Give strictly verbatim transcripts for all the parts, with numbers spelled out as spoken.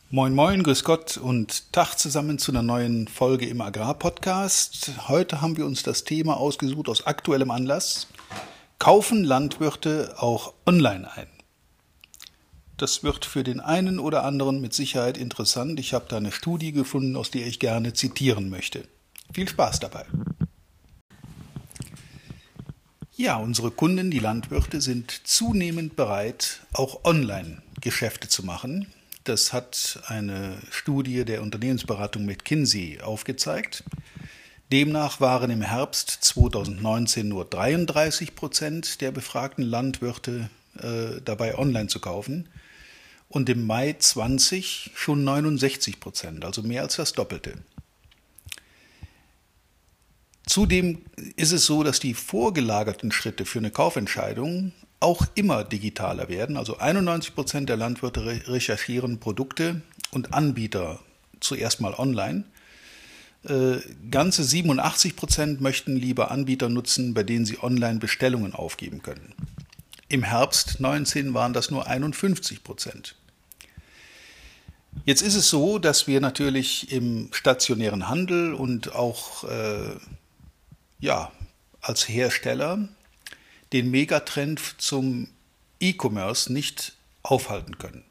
Moin Moin, grüß Gott und Tag zusammen zu einer neuen Folge im Agrarpodcast. Heute haben wir uns das Thema ausgesucht aus aktuellem Anlass. Kaufen Landwirte auch online ein? Das wird für den einen oder anderen mit Sicherheit interessant. Ich habe da eine Studie gefunden, aus der ich gerne zitieren möchte. Viel Spaß dabei. Ja, unsere Kunden, die Landwirte, sind zunehmend bereit, auch online Geschäfte zu machen. Das hat eine Studie der Unternehmensberatung McKinsey aufgezeigt. Demnach waren im Herbst zweitausendneunzehn nur dreiunddreißig Prozent der befragten Landwirte äh, dabei, online zu kaufen und im Mai zwanzig schon neunundsechzig Prozent, also mehr als das Doppelte. Zudem ist es so, dass die vorgelagerten Schritte für eine Kaufentscheidung auch immer digitaler werden. Also einundneunzig Prozent der Landwirte re- recherchieren Produkte und Anbieter zuerst mal online. Äh, ganze siebenundachtzig Prozent möchten lieber Anbieter nutzen, bei denen sie online Bestellungen aufgeben können. Im Herbst neunzehn waren das nur einundfünfzig Prozent. Jetzt ist es so, dass wir natürlich im stationären Handel und auch äh, ja, als Hersteller den Megatrend zum E-Commerce nicht aufhalten können.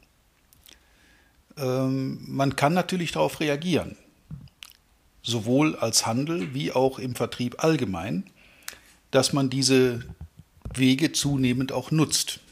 Ähm, man kann natürlich darauf reagieren, sowohl als Handel wie auch im Vertrieb allgemein, dass man diese Wege zunehmend auch nutzt.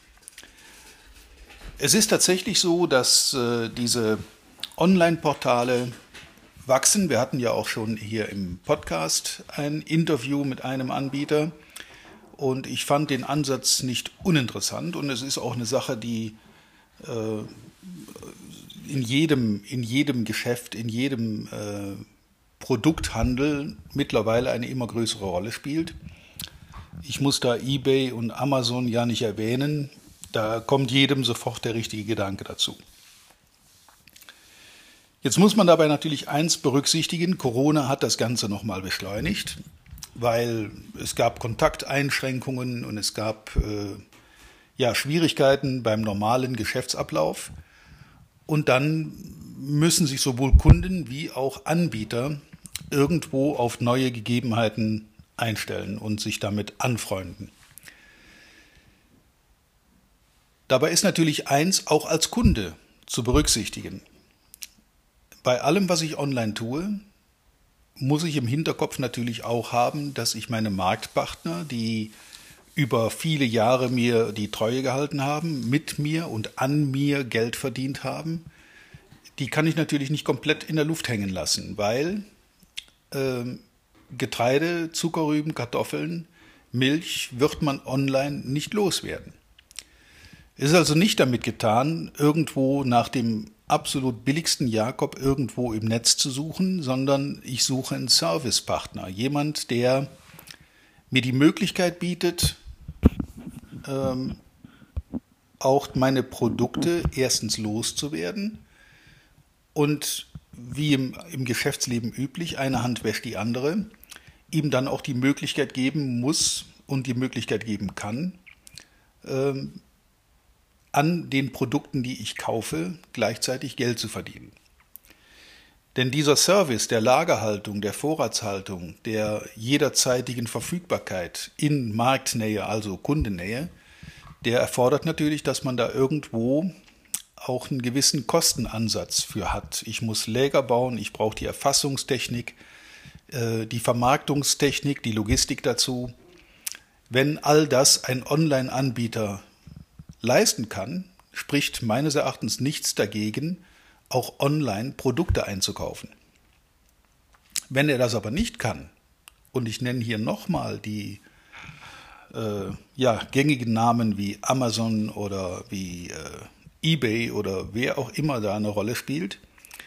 Es ist tatsächlich so, dass äh, diese Online-Portale wachsen. Wir hatten ja auch schon hier im Podcast ein Interview mit einem Anbieter und ich fand den Ansatz nicht uninteressant und es ist auch eine Sache, die äh, in jedem, in jedem Geschäft, in jedem äh, Produkthandel mittlerweile eine immer größere Rolle spielt. Ich muss da eBay und Amazon ja nicht erwähnen, da kommt jedem sofort der richtige Gedanke dazu. Jetzt muss man dabei natürlich eins berücksichtigen, Corona hat das Ganze nochmal beschleunigt, weil es gab Kontakteinschränkungen und es gab äh, ja, Schwierigkeiten beim normalen Geschäftsablauf. Und dann müssen sich sowohl Kunden wie auch Anbieter irgendwo auf neue Gegebenheiten einstellen und sich damit anfreunden. Dabei ist natürlich eins auch als Kunde zu berücksichtigen. Bei allem, was ich online tue, muss ich im Hinterkopf natürlich auch haben, dass ich meine Marktpartner, die über viele Jahre mir die Treue gehalten haben, mit mir und an mir Geld verdient haben, die kann ich natürlich nicht komplett in der Luft hängen lassen, weil äh, Getreide, Zuckerrüben, Kartoffeln, Milch wird man online nicht loswerden. Es ist also nicht damit getan, irgendwo nach dem absolut billigsten Jakob irgendwo im Netz zu suchen, sondern ich suche einen Servicepartner, jemand, der mir die Möglichkeit bietet, ähm, auch meine Produkte erstens loszuwerden und wie im, im Geschäftsleben üblich, eine Hand wäscht die andere, ihm dann auch die Möglichkeit geben muss und die Möglichkeit geben kann, ähm, an den Produkten, die ich kaufe, gleichzeitig Geld zu verdienen. Denn dieser Service der Lagerhaltung, der Vorratshaltung, der jederzeitigen Verfügbarkeit in Marktnähe, also Kundennähe, der erfordert natürlich, dass man da irgendwo auch einen gewissen Kostenansatz für hat. Ich muss Läger bauen, ich brauche die Erfassungstechnik, die Vermarktungstechnik, die Logistik dazu. Wenn all das ein Online-Anbieter leisten kann, spricht meines Erachtens nichts dagegen, auch online Produkte einzukaufen. Wenn er das aber nicht kann, und ich nenne hier nochmal die äh, ja, gängigen Namen wie Amazon oder wie äh, eBay oder wer auch immer da eine Rolle spielt,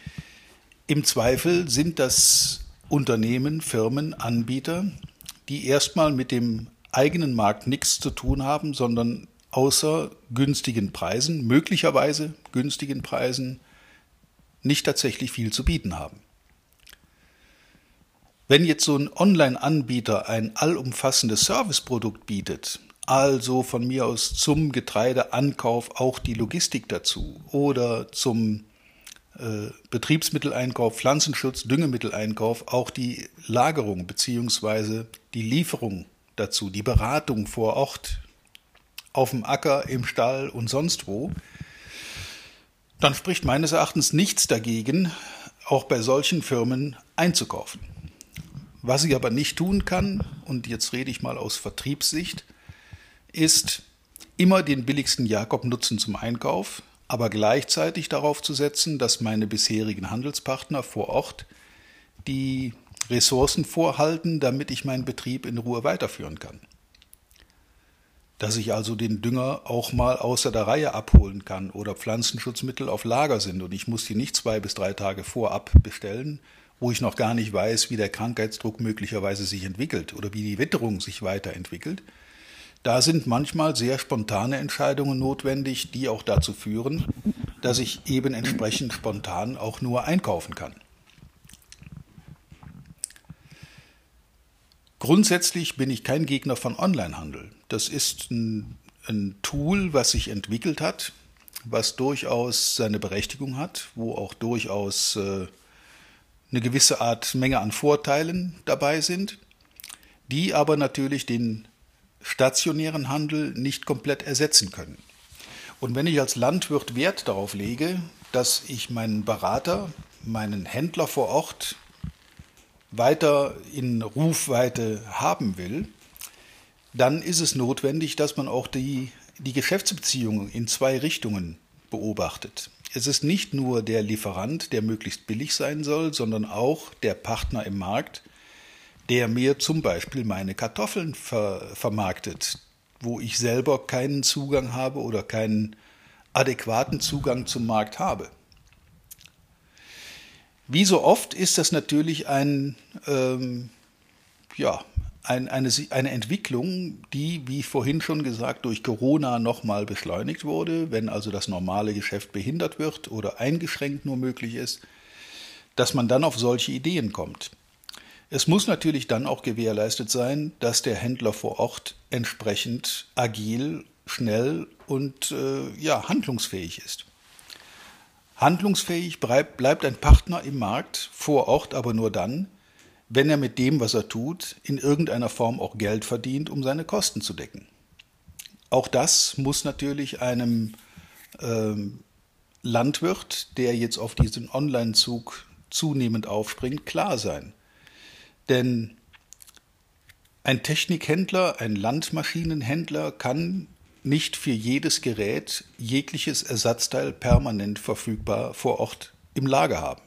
im Zweifel sind das Unternehmen, Firmen, Anbieter, die erstmal mit dem eigenen Markt nichts zu tun haben, sondern außer günstigen Preisen, möglicherweise günstigen Preisen, nicht tatsächlich viel zu bieten haben. Wenn jetzt so ein Online-Anbieter ein allumfassendes Serviceprodukt bietet, also von mir aus zum Getreideankauf auch die Logistik dazu oder zum äh, Betriebsmitteleinkauf, Pflanzenschutz, Düngemitteleinkauf, auch die Lagerung bzw. die Lieferung dazu, die Beratung vor Ort, auf dem Acker, im Stall und sonst wo, dann spricht meines Erachtens nichts dagegen, auch bei solchen Firmen einzukaufen. Was ich aber nicht tun kann, und jetzt rede ich mal aus Vertriebssicht, ist immer den billigsten Jakob nutzen zum Einkauf, aber gleichzeitig darauf zu setzen, dass meine bisherigen Handelspartner vor Ort die Ressourcen vorhalten, damit ich meinen Betrieb in Ruhe weiterführen kann. Dass ich also den Dünger auch mal außer der Reihe abholen kann oder Pflanzenschutzmittel auf Lager sind und ich muss die nicht zwei bis drei Tage vorab bestellen, wo ich noch gar nicht weiß, wie der Krankheitsdruck möglicherweise sich entwickelt oder wie die Witterung sich weiterentwickelt. Da sind manchmal sehr spontane Entscheidungen notwendig, die auch dazu führen, dass ich eben entsprechend spontan auch nur einkaufen kann. Grundsätzlich bin ich kein Gegner von Onlinehandel. Das ist ein, ein Tool, was sich entwickelt hat, was durchaus seine Berechtigung hat, wo auch durchaus äh, eine gewisse Art Menge an Vorteilen dabei sind, die aber natürlich den stationären Handel nicht komplett ersetzen können. Und wenn ich als Landwirt Wert darauf lege, dass ich meinen Berater, meinen Händler vor Ort weiter in Rufweite haben will, dann ist es notwendig, dass man auch die, die Geschäftsbeziehungen in zwei Richtungen beobachtet. Es ist nicht nur der Lieferant, der möglichst billig sein soll, sondern auch der Partner im Markt, der mir zum Beispiel meine Kartoffeln ver vermarktet, wo ich selber keinen Zugang habe oder keinen adäquaten Zugang zum Markt habe. Wie so oft ist das natürlich ein, ähm, ja, ein, eine, eine Entwicklung, die, wie vorhin schon gesagt, durch Corona nochmal beschleunigt wurde, wenn also das normale Geschäft behindert wird oder eingeschränkt nur möglich ist, dass man dann auf solche Ideen kommt. Es muss natürlich dann auch gewährleistet sein, dass der Händler vor Ort entsprechend agil, schnell und äh, ja, handlungsfähig ist. Handlungsfähig bleibt ein Partner im Markt vor Ort aber nur dann, wenn er mit dem, was er tut, in irgendeiner Form auch Geld verdient, um seine Kosten zu decken. Auch das muss natürlich einem ähm, Landwirt, der jetzt auf diesen Online-Zug zunehmend aufspringt, klar sein. Denn ein Technikhändler, ein Landmaschinenhändler kann nicht für jedes Gerät jegliches Ersatzteil permanent verfügbar vor Ort im Lager haben.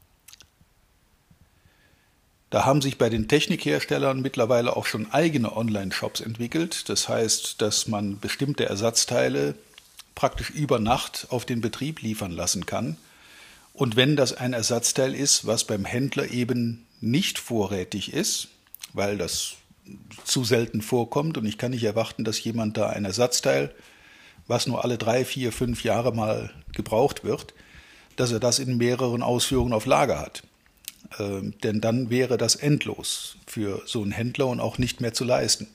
Da haben sich bei den Technikherstellern mittlerweile auch schon eigene Online-Shops entwickelt. Das heißt, dass man bestimmte Ersatzteile praktisch über Nacht auf den Betrieb liefern lassen kann. Und wenn das ein Ersatzteil ist, was beim Händler eben nicht vorrätig ist, weil das zu selten vorkommt und ich kann nicht erwarten, dass jemand da ein Ersatzteil, was nur alle drei, vier, fünf Jahre mal gebraucht wird, dass er das in mehreren Ausführungen auf Lager hat. Ähm, denn dann wäre das endlos für so einen Händler und auch nicht mehr zu leisten.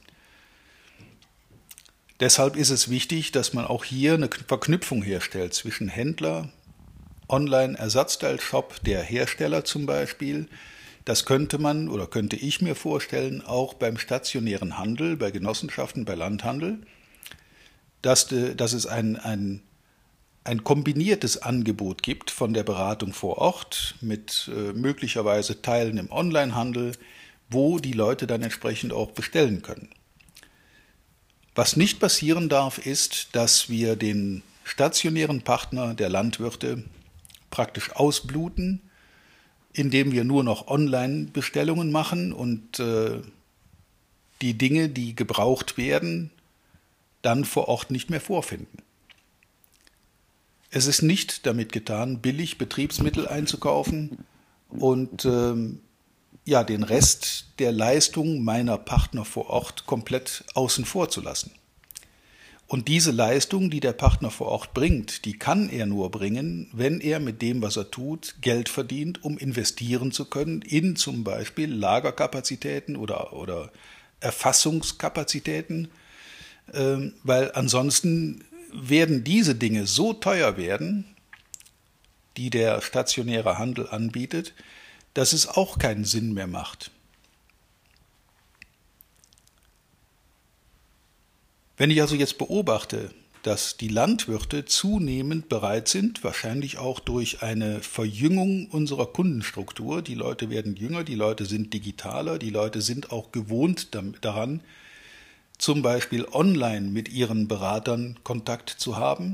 Deshalb ist es wichtig, dass man auch hier eine Verknüpfung herstellt zwischen Händler, Online-Ersatzteilshop, der Hersteller zum Beispiel. Das könnte man oder könnte ich mir vorstellen, auch beim stationären Handel, bei Genossenschaften, bei Landhandel, dass, de, dass es ein, ein, ein kombiniertes Angebot gibt von der Beratung vor Ort mit äh, möglicherweise Teilen im Onlinehandel, wo die Leute dann entsprechend auch bestellen können. Was nicht passieren darf, ist, dass wir den stationären Partner der Landwirte praktisch ausbluten, indem wir nur noch Online-Bestellungen machen und äh, die Dinge, die gebraucht werden, dann vor Ort nicht mehr vorfinden. Es ist nicht damit getan, billig Betriebsmittel einzukaufen und ähm, ja, den Rest der Leistung meiner Partner vor Ort komplett außen vor zu lassen. Und diese Leistung, die der Partner vor Ort bringt, die kann er nur bringen, wenn er mit dem, was er tut, Geld verdient, um investieren zu können in zum Beispiel Lagerkapazitäten oder, oder Erfassungskapazitäten, ähm, weil ansonsten werden diese Dinge so teuer werden, die der stationäre Handel anbietet, dass es auch keinen Sinn mehr macht. Wenn ich also jetzt beobachte, dass die Landwirte zunehmend bereit sind, wahrscheinlich auch durch eine Verjüngung unserer Kundenstruktur, die Leute werden jünger, die Leute sind digitaler, die Leute sind auch gewohnt daran, zum Beispiel online mit ihren Beratern Kontakt zu haben,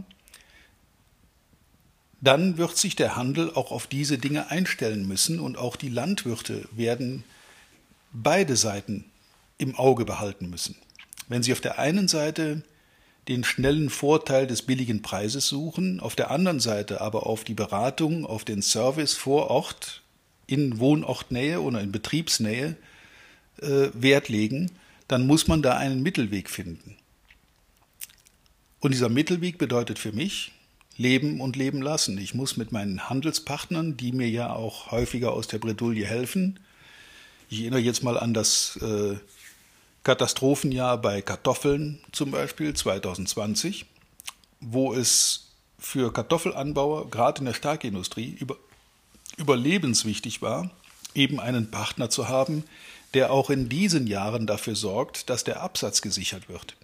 dann wird sich der Handel auch auf diese Dinge einstellen müssen und auch die Landwirte werden beide Seiten im Auge behalten müssen. Wenn sie auf der einen Seite den schnellen Vorteil des billigen Preises suchen, auf der anderen Seite aber auf die Beratung, auf den Service vor Ort, in Wohnortnähe oder in Betriebsnähe äh, Wert legen, dann muss man da einen Mittelweg finden. Und dieser Mittelweg bedeutet für mich, leben und leben lassen. Ich muss mit meinen Handelspartnern, die mir ja auch häufiger aus der Bredouille helfen, ich erinnere jetzt mal an das äh, Katastrophenjahr bei Kartoffeln zum Beispiel zwanzig zwanzig, wo es für Kartoffelanbauer, gerade in der Starkindustrie, über, überlebenswichtig war, eben einen Partner zu haben, der auch in diesen Jahren dafür sorgt, dass der Absatz gesichert wird.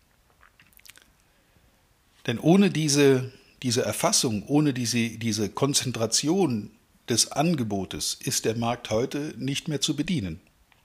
Denn ohne diese, diese Erfassung, ohne diese, diese Konzentration des Angebotes ist der Markt heute nicht mehr zu bedienen.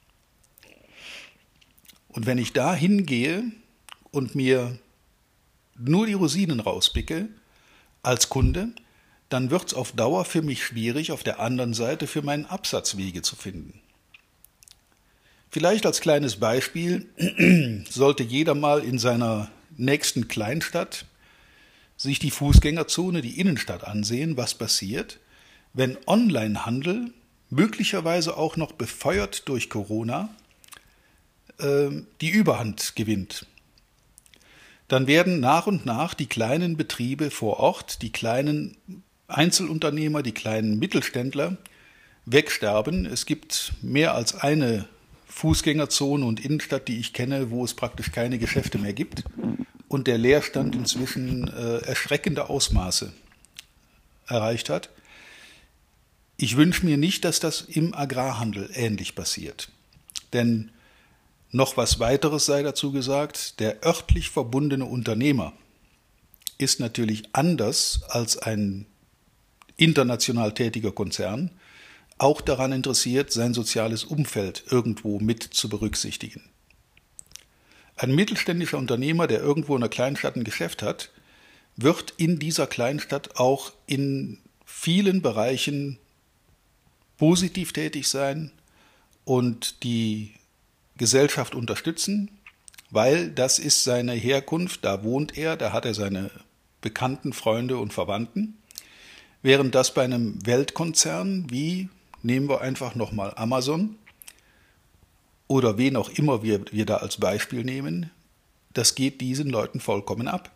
Und wenn ich da hingehe und mir nur die Rosinen rauspicke als Kunde, dann wird es auf Dauer für mich schwierig, auf der anderen Seite für meinen Absatz Wege zu finden. Vielleicht als kleines Beispiel sollte jeder mal in seiner nächsten Kleinstadt sich die Fußgängerzone, die Innenstadt ansehen, was passiert, wenn Onlinehandel, möglicherweise auch noch befeuert durch Corona, die Überhand gewinnt. Dann werden nach und nach die kleinen Betriebe vor Ort, die kleinen Einzelunternehmer, die kleinen Mittelständler wegsterben. Es gibt mehr als eine Fußgängerzone und Innenstadt, die ich kenne, wo es praktisch keine Geschäfte mehr gibt und der Leerstand inzwischen äh, erschreckende Ausmaße erreicht hat. Ich wünsche mir nicht, dass das im Agrarhandel ähnlich passiert. Denn noch was weiteres sei dazu gesagt, der örtlich verbundene Unternehmer ist natürlich anders als ein international tätiger Konzern auch daran interessiert, sein soziales Umfeld irgendwo mit zu berücksichtigen. Ein mittelständischer Unternehmer, der irgendwo in einer Kleinstadt ein Geschäft hat, wird in dieser Kleinstadt auch in vielen Bereichen positiv tätig sein und die Gesellschaft unterstützen, weil das ist seine Herkunft, da wohnt er, da hat er seine Bekannten, Freunde und Verwandten, während das bei einem Weltkonzern wie, nehmen wir einfach nochmal Amazon oder wen auch immer wir, wir da als Beispiel nehmen, das geht diesen Leuten vollkommen ab.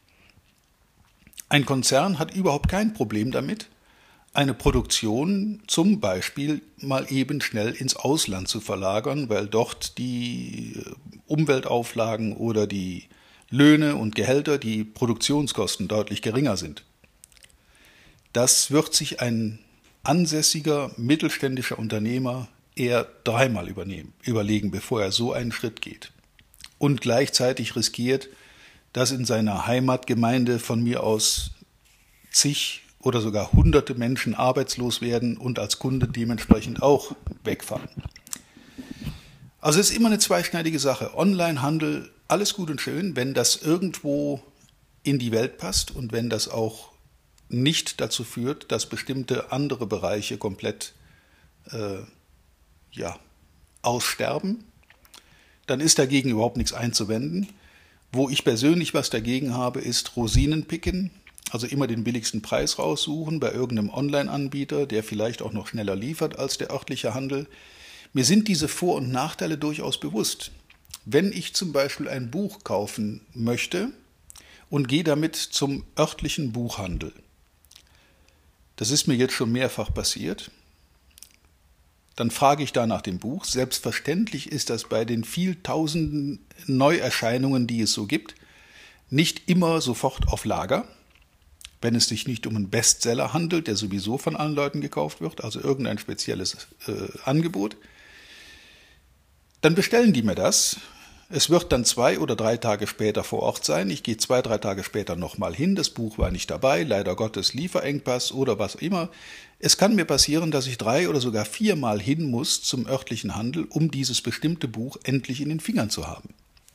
Ein Konzern hat überhaupt kein Problem damit, eine Produktion zum Beispiel mal eben schnell ins Ausland zu verlagern, weil dort die Umweltauflagen oder die Löhne und Gehälter, die Produktionskosten deutlich geringer sind. Das wird sich ein ansässiger mittelständischer Unternehmer eher dreimal übernehmen, überlegen, bevor er so einen Schritt geht. Und gleichzeitig riskiert, dass in seiner Heimatgemeinde von mir aus zig oder sogar hunderte Menschen arbeitslos werden und als Kunde dementsprechend auch wegfallen. Also es ist immer eine zweischneidige Sache. Onlinehandel, alles gut und schön, wenn das irgendwo in die Welt passt und wenn das auch nicht dazu führt, dass bestimmte andere Bereiche komplett äh, ja, aussterben, dann ist dagegen überhaupt nichts einzuwenden. Wo ich persönlich was dagegen habe, ist Rosinen picken. Also immer den billigsten Preis raussuchen bei irgendeinem Online-Anbieter, der vielleicht auch noch schneller liefert als der örtliche Handel. Mir sind diese Vor- und Nachteile durchaus bewusst. Wenn ich zum Beispiel ein Buch kaufen möchte und gehe damit zum örtlichen Buchhandel, das ist mir jetzt schon mehrfach passiert, dann frage ich da nach dem Buch. Selbstverständlich ist das bei den vieltausenden Neuerscheinungen, die es so gibt, nicht immer sofort auf Lager. wenn es sich nicht um einen Bestseller handelt, der sowieso von allen Leuten gekauft wird, also irgendein spezielles äh, Angebot, dann bestellen die mir das. Es wird dann zwei oder drei Tage später vor Ort sein. Ich gehe zwei, drei Tage später nochmal hin. Das Buch war nicht dabei, leider Gottes Lieferengpass oder was immer. Es kann mir passieren, dass ich drei oder sogar viermal hin muss zum örtlichen Handel, um dieses bestimmte Buch endlich in den Fingern zu haben.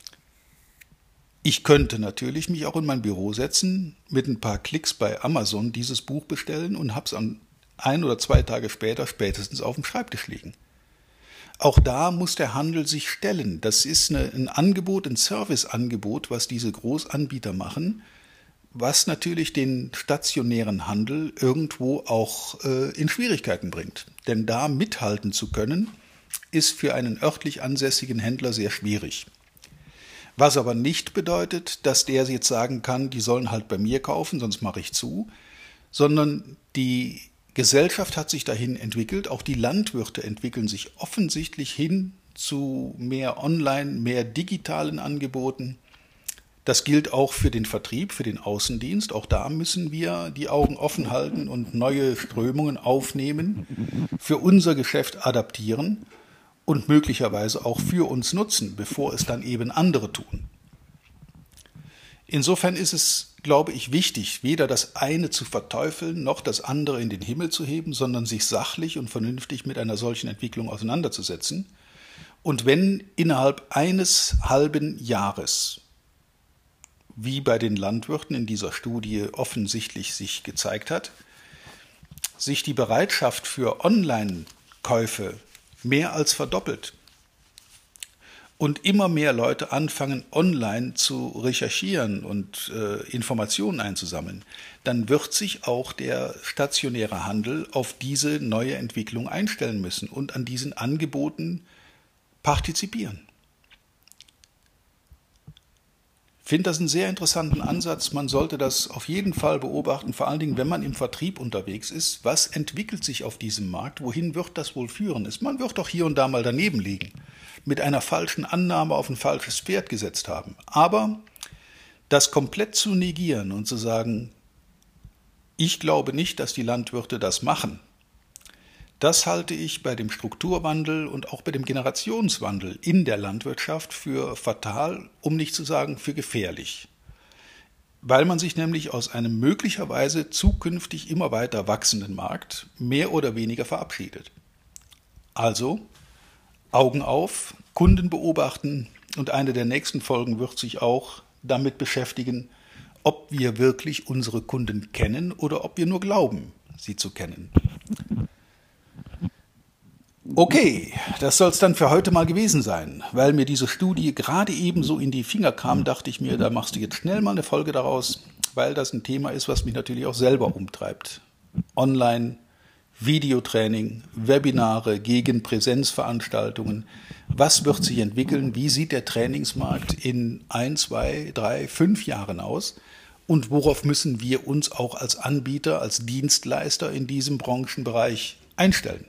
Ich könnte natürlich mich auch in mein Büro setzen, mit ein paar Klicks bei Amazon dieses Buch bestellen und habe es an ein oder zwei Tage später spätestens auf dem Schreibtisch liegen. Auch da muss der Handel sich stellen. Das ist eine, ein Angebot, ein Serviceangebot, was diese Großanbieter machen, was natürlich den stationären Handel irgendwo auch äh, in Schwierigkeiten bringt. Denn da mithalten zu können, ist für einen örtlich ansässigen Händler sehr schwierig. Was aber nicht bedeutet, dass der jetzt sagen kann, die sollen halt bei mir kaufen, sonst mache ich zu, sondern die Gesellschaft hat sich dahin entwickelt, auch die Landwirte entwickeln sich offensichtlich hin zu mehr Online, mehr digitalen Angeboten. Das gilt auch für den Vertrieb, für den Außendienst. Auch da müssen wir die Augen offen halten und neue Strömungen aufnehmen, für unser Geschäft adaptieren und möglicherweise auch für uns nutzen, bevor es dann eben andere tun. Insofern ist es, glaube ich, wichtig, weder das eine zu verteufeln, noch das andere in den Himmel zu heben, sondern sich sachlich und vernünftig mit einer solchen Entwicklung auseinanderzusetzen. Und wenn innerhalb eines halben Jahres, wie bei den Landwirten in dieser Studie offensichtlich sich gezeigt hat, sich die Bereitschaft für Online-Käufe mehr als verdoppelt, und immer mehr Leute anfangen, online zu recherchieren und äh, Informationen einzusammeln, dann wird sich auch der stationäre Handel auf diese neue Entwicklung einstellen müssen und an diesen Angeboten partizipieren. Ich finde das einen sehr interessanten Ansatz. Man sollte das auf jeden Fall beobachten, vor allen Dingen, wenn man im Vertrieb unterwegs ist. Was entwickelt sich auf diesem Markt? Wohin wird das wohl führen? Man wird doch hier und da mal daneben liegen, mit einer falschen Annahme auf ein falsches Pferd gesetzt haben. Aber das komplett zu negieren und zu sagen, ich glaube nicht, dass die Landwirte das machen, das halte ich bei dem Strukturwandel und auch bei dem Generationswandel in der Landwirtschaft für fatal, um nicht zu sagen für gefährlich. Weil man sich nämlich aus einem möglicherweise zukünftig immer weiter wachsenden Markt mehr oder weniger verabschiedet. Also Augen auf, Kunden beobachten, und eine der nächsten Folgen wird sich auch damit beschäftigen, ob wir wirklich unsere Kunden kennen oder ob wir nur glauben, sie zu kennen. Okay, das soll es dann für heute mal gewesen sein. Weil mir diese Studie gerade eben so in die Finger kam, dachte ich mir, da machst du jetzt schnell mal eine Folge daraus, weil das ein Thema ist, was mich natürlich auch selber umtreibt. Online, Videotraining, Webinare gegen Präsenzveranstaltungen. Was wird sich entwickeln? Wie sieht der Trainingsmarkt in ein, zwei, drei, fünf Jahren aus? Und worauf müssen wir uns auch als Anbieter, als Dienstleister in diesem Branchenbereich einstellen?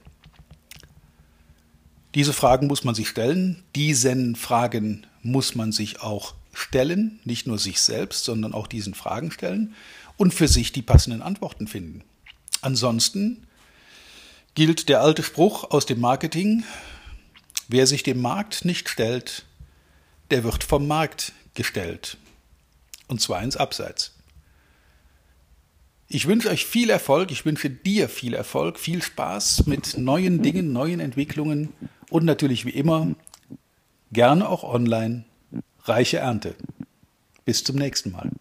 Diese Fragen muss man sich stellen. Diesen Fragen muss man sich auch stellen. Nicht nur sich selbst, sondern auch diesen Fragen stellen und für sich die passenden Antworten finden. Ansonsten gilt der alte Spruch aus dem Marketing: Wer sich dem Markt nicht stellt, der wird vom Markt gestellt. Und zwar ins Abseits. Ich wünsche euch viel Erfolg, ich wünsche dir viel Erfolg, viel Spaß mit neuen Dingen, neuen Entwicklungen und natürlich wie immer gerne auch online reiche Ernte. Bis zum nächsten Mal.